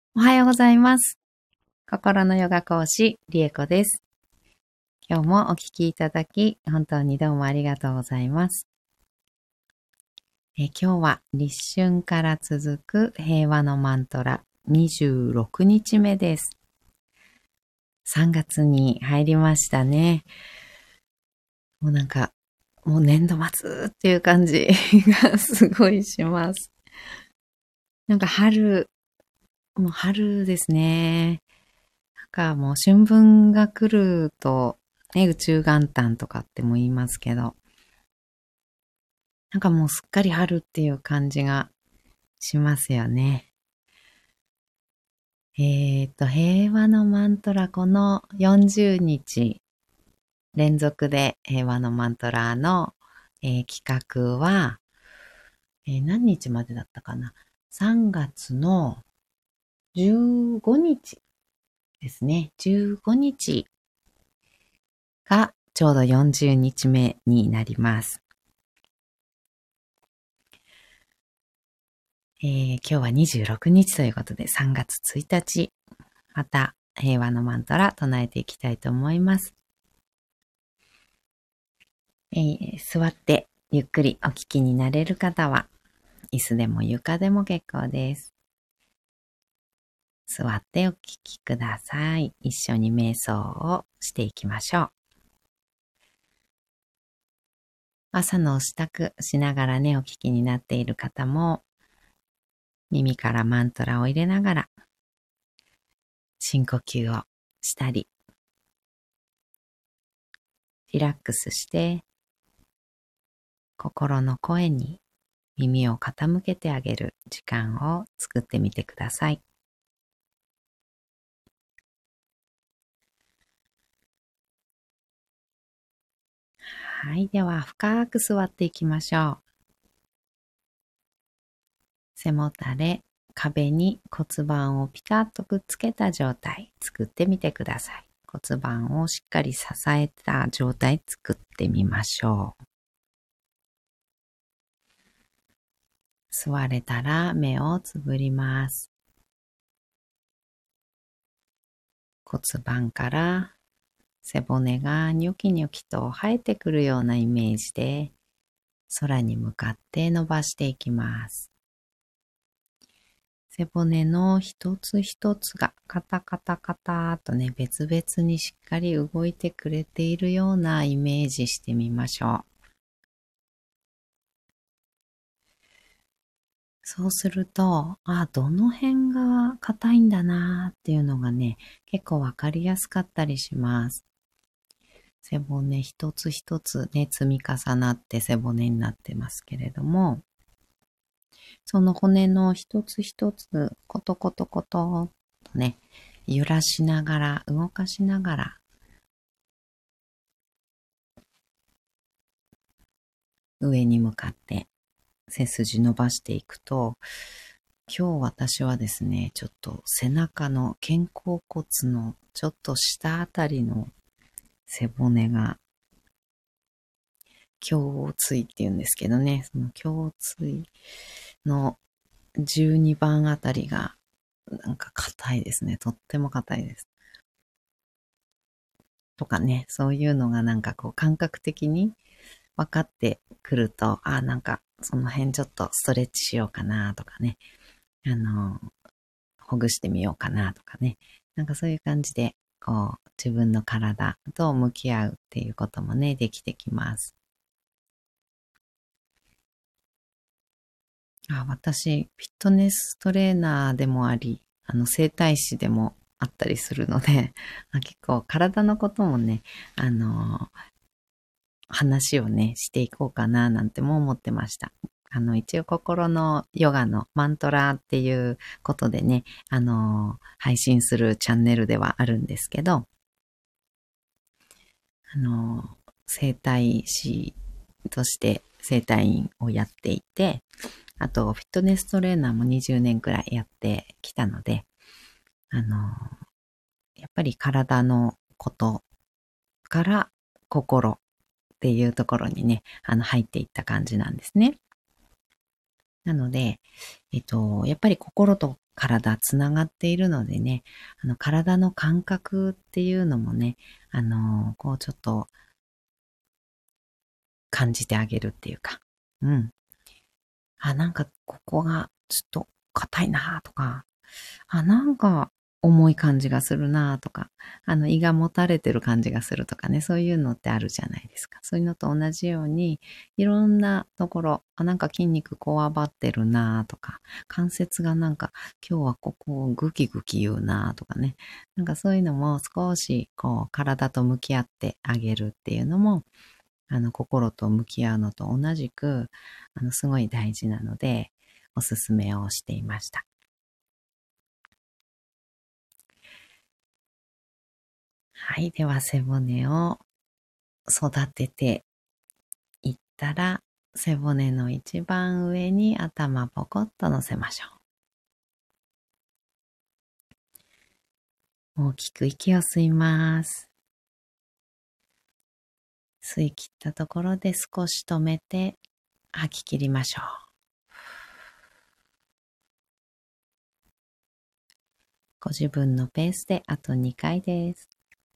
おはようございます。心のヨガ講師、リエコです。今日もお聞きいただき、本当にどうもありがとうございます。今日は立春から続く平和のマントラ26日目です。3月に入りましたね。もうもう年度末っていう感じがすごいします。もう春ですね。もう春分が来ると、ね、宇宙元旦とかっても言いますけど、もうすっかり春っていう感じがしますよね。平和のマントラ、この40日連続で平和のマントラの、企画は、何日までだったかな ?3 月の15日ですね。15日がちょうど40日目になります。今日は26日ということで3月1日、また平和のマントラ唱えていきたいと思います。座ってゆっくりお聞きになれる方は、椅子でも床でも結構です。座ってお聞きください。一緒に瞑想をしていきましょう。朝の支度しながらね、お聞きになっている方も、耳からマントラを入れながら、深呼吸をしたり、リラックスして、心の声に耳を傾けてあげる時間を作ってみてください。はい。では、深く座っていきましょう。背もたれ、壁に骨盤をピタッとくっつけた状態作ってみてください。骨盤をしっかり支えた状態作ってみましょう。座れたら目をつぶります。骨盤から背骨がニョキニョキと生えてくるようなイメージで空に向かって伸ばしていきます。背骨の一つ一つがカタカタカタとね、別々にしっかり動いてくれているようなイメージしてみましょう。そうすると、どの辺が硬いんだなっていうのがね、結構わかりやすかったりします。背骨一つ一つね、積み重なって背骨になってますけれども、その骨の一つ一つ、コトコトコトとね、揺らしながら、動かしながら、上に向かって背筋伸ばしていくと、今日私はですね、ちょっと背中の肩甲骨のちょっと下あたりの背骨が胸椎って言うんですけどね、その胸椎の12番あたりが硬いですね。とっても硬いです。とかね、そういうのが感覚的に分かってくると、その辺ちょっとストレッチしようかなとかね、ほぐしてみようかなとかね、そういう感じで、自分の体と向き合うっていうこともね、できてきます。私、フィットネストレーナーでもあり、整体師でもあったりするので、結構体のこともね、話をね、していこうかななんても思ってました。一応心のヨガのマントラっていうことでね、配信するチャンネルではあるんですけど、整体師として整体院をやっていて、あとフィットネストレーナーも20年くらいやってきたので、やっぱり体のことから心っていうところにね、入っていった感じなんですね。なので、やっぱり心と体つながっているのでね、体の感覚っていうのもね、こうちょっと感じてあげるっていうか、うん。なんかここがちょっと硬いなとか、なんか重い感じがするなとか、胃がもたれてる感じがするとかね、そういうのってあるじゃないですか。そういうのと同じように、いろんなところ、なんか筋肉こわばってるなとか、関節がなんか今日はここをグキグキ言うなとかね、なんかそういうのも少しこう体と向き合ってあげるっていうのも、心と向き合うのと同じく、すごい大事なので、おすすめをしていました。はい。では、背骨を育てていったら、背骨の一番上に頭ポコッと乗せましょう。大きく息を吸います。吸い切ったところで少し止めて吐き切りましょう。ご自分のペースであと2回です。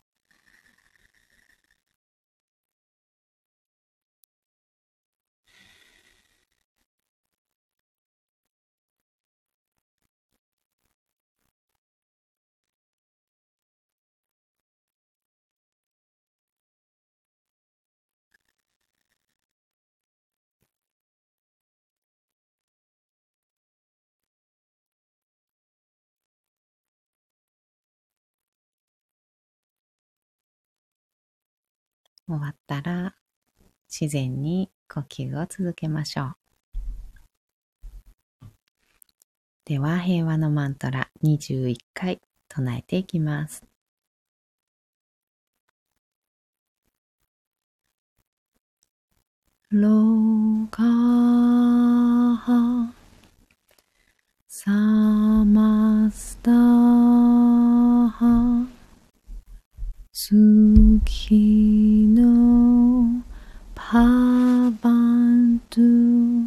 終わったら自然に呼吸を続けましょう。では、平和のマントラ21回唱えていきます。ローカーサマスタースキノパバントゥ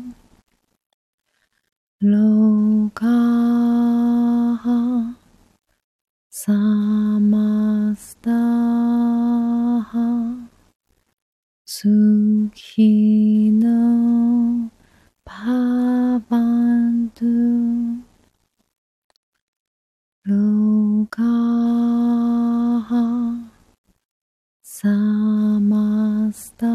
ローカーサマスタースキノパバントゥローカーサマスタ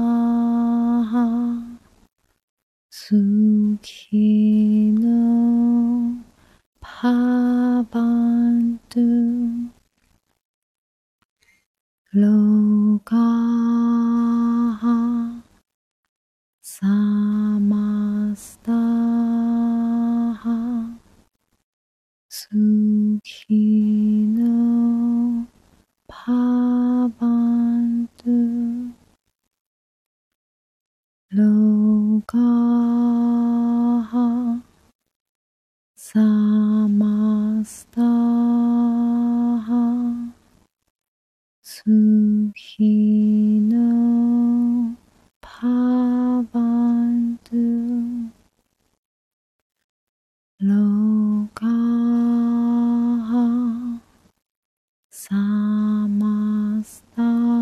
ースキノパバントゥローカーサマスタースキノパバントゥローカーサマスタースキノパバントゥローカーサマスタ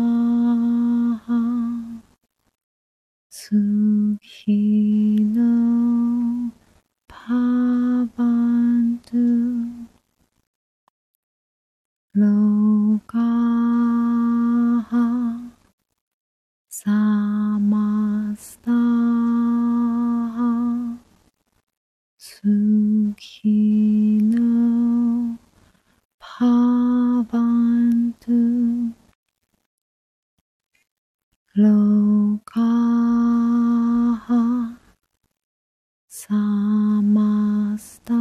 ースキノパバントゥローカーサマスタースキノパバントゥローカーサマスタ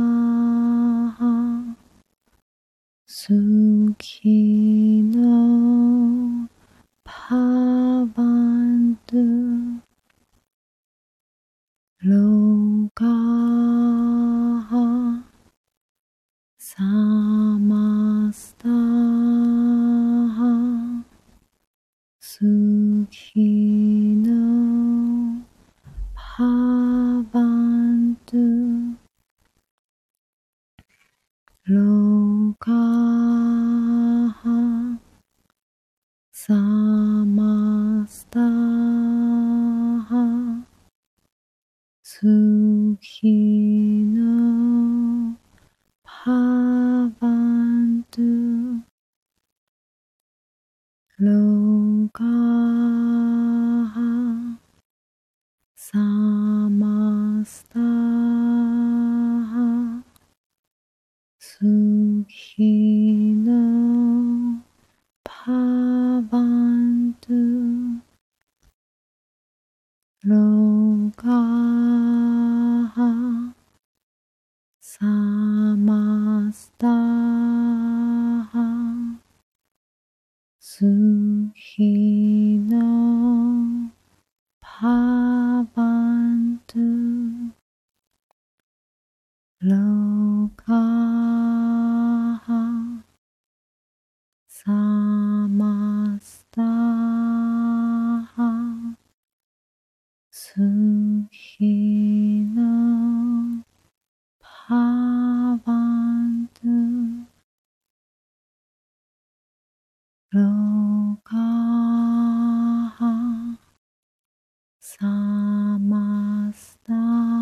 ースキノパバントゥローカーサマスタースキノパバントゥロカハサマスタハスヒノパバントゥロカハサマスタハスヒノパバントゥロカハサマスタハスヒノパバントゥロカハサマスタハスヒノパバントゥロカハサマスタ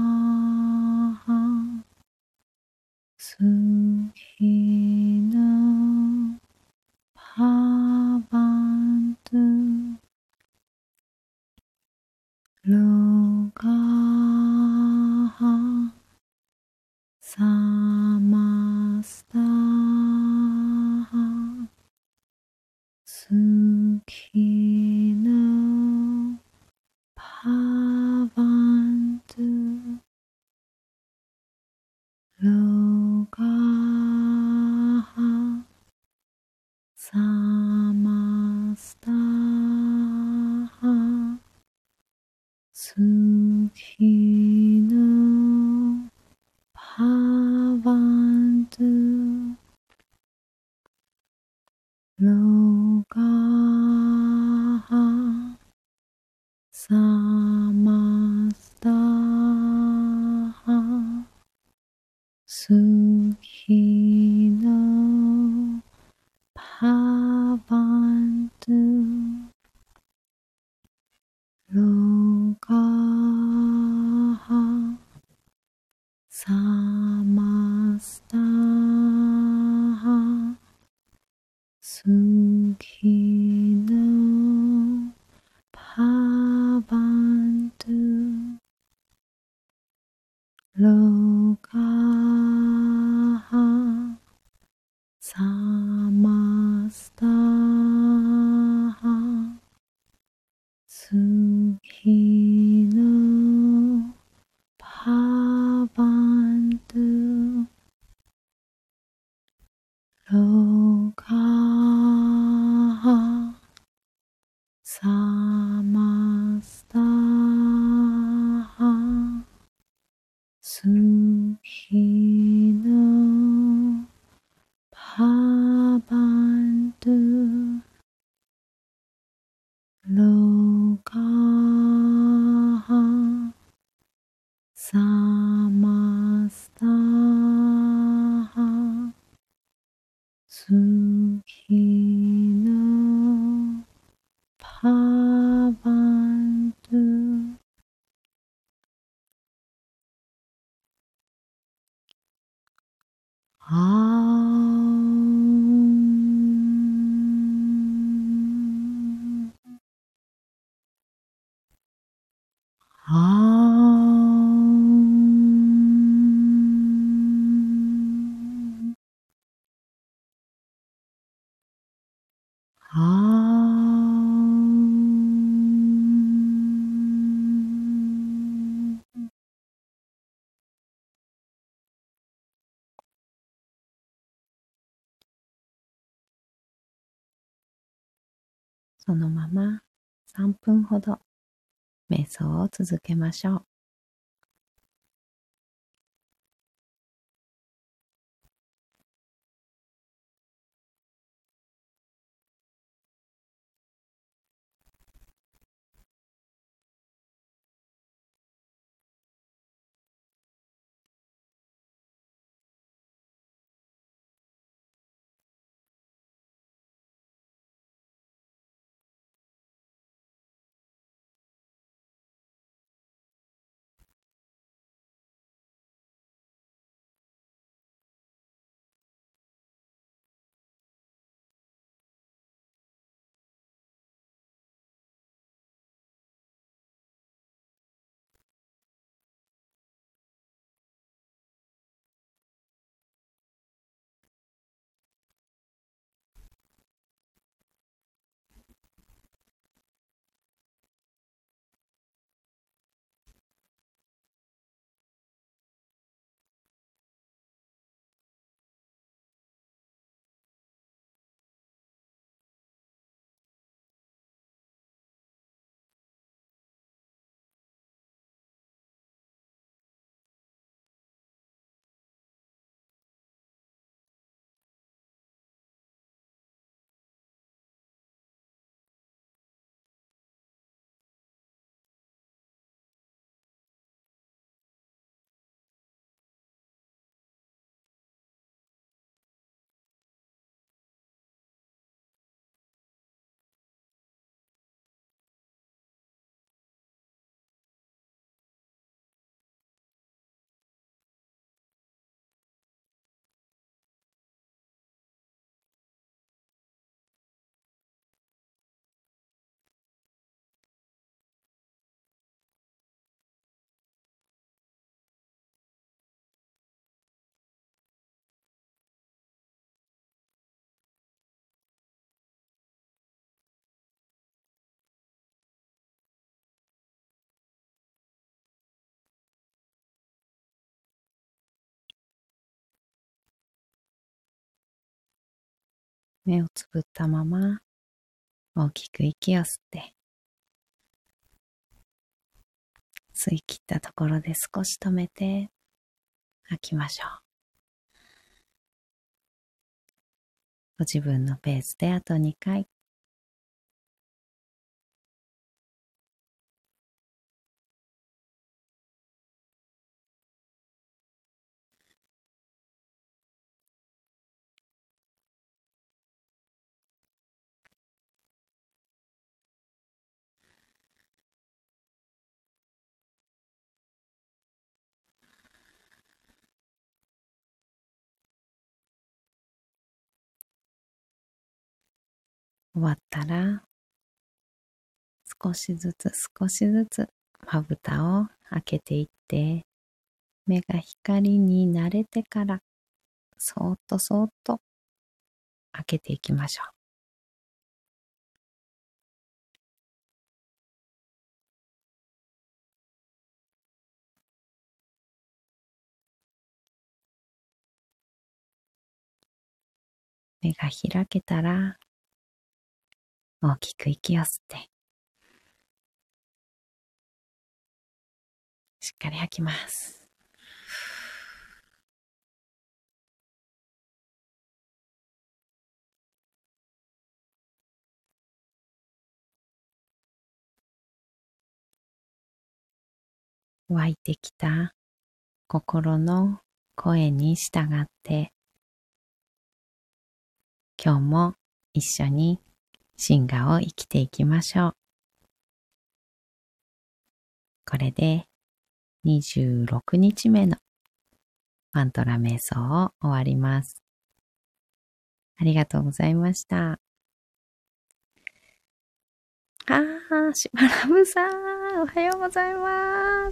ハスヒノパバントゥロカハサマスタハスヒノパバントゥロカハサマスタハスヒノパバントゥロカハサマスタハスヒノパバントゥロカハサマスタハスヒノパバントゥロカハサマスタハスヒノパバントゥロカハサマスタハスヒノパバントゥロカハサマスタハスヒノパバントゥあそのまま3分ほど瞑想を続けましょう。 目をつぶったまま大きく息を吸って、吸い切ったところで少し止めて吐きましょう。ご自分のペースであと2回。終わったら、少しずつまぶたを開けていって、目が光に慣れてから、そーっと開けていきましょう。目が開けたら、大きく息を吸って、しっかり吐きます。湧いてきた心の声に従って、今日も一緒に真我を生きていきましょう。これで26日目のマントラ瞑想を終わります。ありがとうございました。しばらぶさん、おはようございます。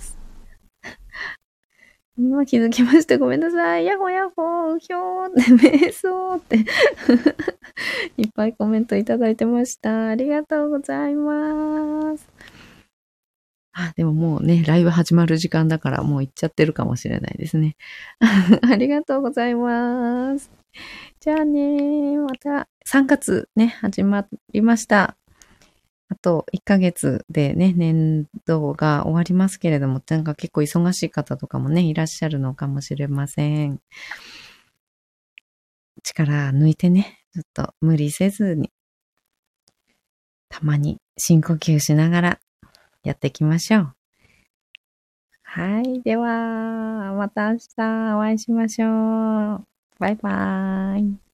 今気づきました。ごめんなさい。やほやほ、ひょーって、瞑想っていっぱいコメントいただいてました。ありがとうございます。でももうね、ライブ始まる時間だからもう行っちゃってるかもしれないですね。ありがとうございます。じゃあね、また3月ね、始まりました。あと1ヶ月でね、年度が終わりますけれども、なんか結構忙しい方とかもね、いらっしゃるのかもしれません。力抜いてね、ちょっと無理せずに、たまに深呼吸しながらやっていきましょう。はい。では、また明日お会いしましょう。バイバーイ。